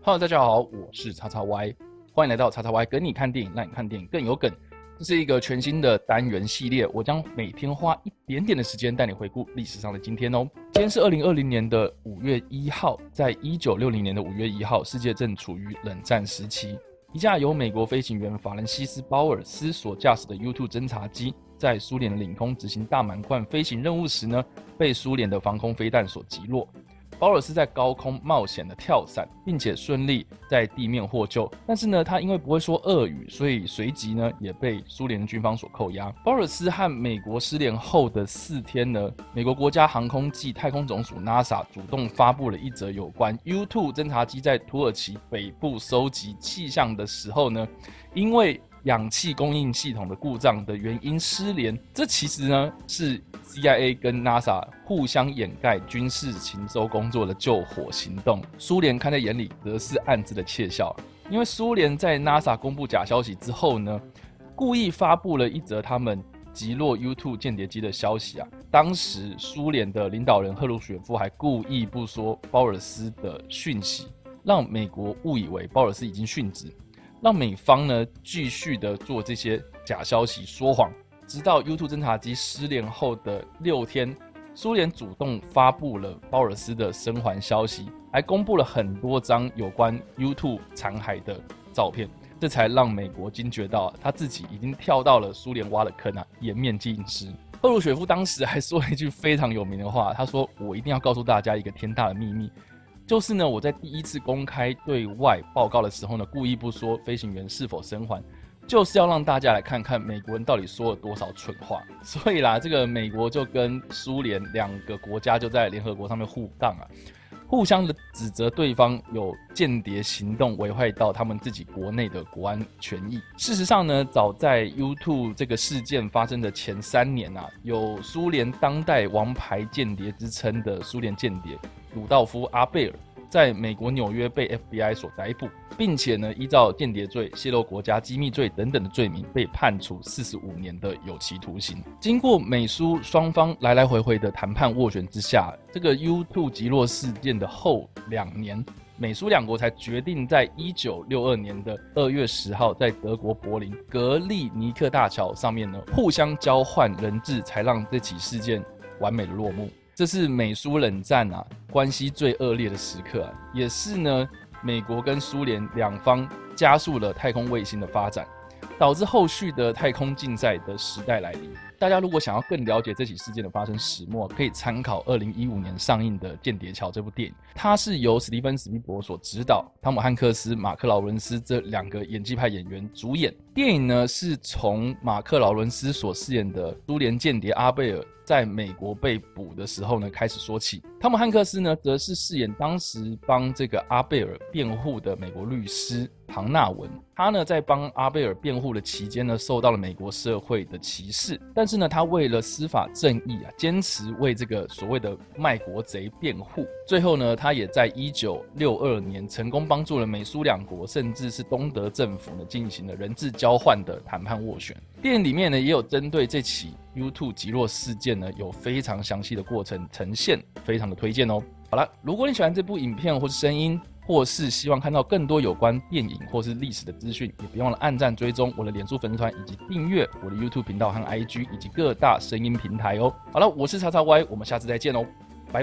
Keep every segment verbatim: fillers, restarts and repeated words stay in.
Hello， 大家好，我是叉叉 Y， 欢迎来到叉叉 Y 跟你看电影，让你看电影更有梗。这是一个全新的单元系列，我将每天花一点点的时间带你回顾历史上的今天哦。今天是二零二零年的五月一号，在一九六零年的五月一号，世界正处于冷战时期。一架由美国飞行员法兰西斯·鲍尔斯所驾驶的 U 二 侦察机，在苏联的领空执行大满贯飞行任务时呢，被苏联的防空飞弹所击落。鲍尔斯在高空冒险的跳伞，并且顺利在地面获救。但是呢，他因为不会说俄语，所以随即呢也被苏联军方所扣押。鲍尔斯和美国失联后的四天呢，美国国家航空暨太空总署 NASA 主动发布了一则有关 U 二 侦察机在土耳其北部收集气象的时候呢，因为氧气供应系统的故障的原因失联。这其实呢是 C I A 跟 NASA 互相掩盖军事情搜工作的救火行动，苏联看在眼里，则是暗自的窃笑。因为苏联在 NASA 公布假消息之后呢，故意发布了一则他们击落 U 二 间谍机的消息啊。当时苏联的领导人赫鲁雪夫还故意不说鲍尔斯的讯息，让美国误以为鲍尔斯已经殉职，让美方呢继续的做这些假消息说谎，直到 U 二 侦察机失联后的六天，苏联主动发布了鲍尔斯的生还消息，还公布了很多张有关 U 二 残骸的照片，这才让美国惊觉到他自己已经跳到了苏联挖的坑啊，颜面尽失。赫鲁雪夫当时还说了一句非常有名的话，他说：“我一定要告诉大家一个天大的秘密。”就是呢，我在第一次公开对外报告的时候呢，故意不说飞行员是否生还，就是要让大家来看看美国人到底说了多少蠢话。所以啦，这个美国就跟苏联两个国家就在联合国上面互杠啊，互相的指责对方有间谍行动危害到他们自己国内的国安权益。事实上呢，早在 U 二 这个事件发生的前三年啊，有苏联当代王牌间谍之称的苏联间谍鲁道夫·阿贝尔在美国纽约被 F B I 所逮捕，并且呢依照间谍罪、泄露国家机密罪等等的罪名被判处四十五年的有期徒刑。经过美苏双方来来回回的谈判斡旋之下，这个 U 二 击落事件的后两年，美苏两国才决定在一九六二年的二月十号，在德国柏林格利尼克大桥上面呢互相交换人质，才让这起事件完美的落幕。这是美苏冷战啊关系最恶劣的时刻啊，也是呢美国跟苏联两方加速了太空卫星的发展，导致后续的太空竞赛的时代来临。大家如果想要更了解这起事件的发生始末，可以参考二零一五年上映的《间谍桥》这部电影，它是由史蒂芬·史匹柏所执导，汤姆·汉克斯、马克·劳伦斯这两个演技派演员主演。电影呢是从马克·劳伦斯所饰演的苏联间谍阿贝尔在美国被捕的时候呢开始说起，汤姆·汉克斯呢则是饰演当时帮这个阿贝尔辩护的美国律师庞纳文。他呢在帮阿贝尔辩护的期间呢，受到了美国社会的歧视，但是呢他为了司法正义啊，坚持为这个所谓的卖国贼辩护。最后呢，他也在一九六二年成功帮助了美苏两国，甚至是东德政府呢进行了人质交换的谈判斡旋。电影里面呢也有针对这起 U 二 击落事件呢有非常详细的过程呈现，非常的推荐哦。好了，如果你喜欢这部影片或是声音，或是希望看到更多有关电影或是历史的资讯，也别忘了按赞追踪我的脸书粉丝团，以及订阅我的 YouTube 频道和 I G 以及各大声音平台哦。好了，我是叉叉 Y， 我们下次再见哦，拜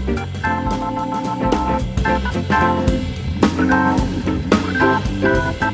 拜。Thank you.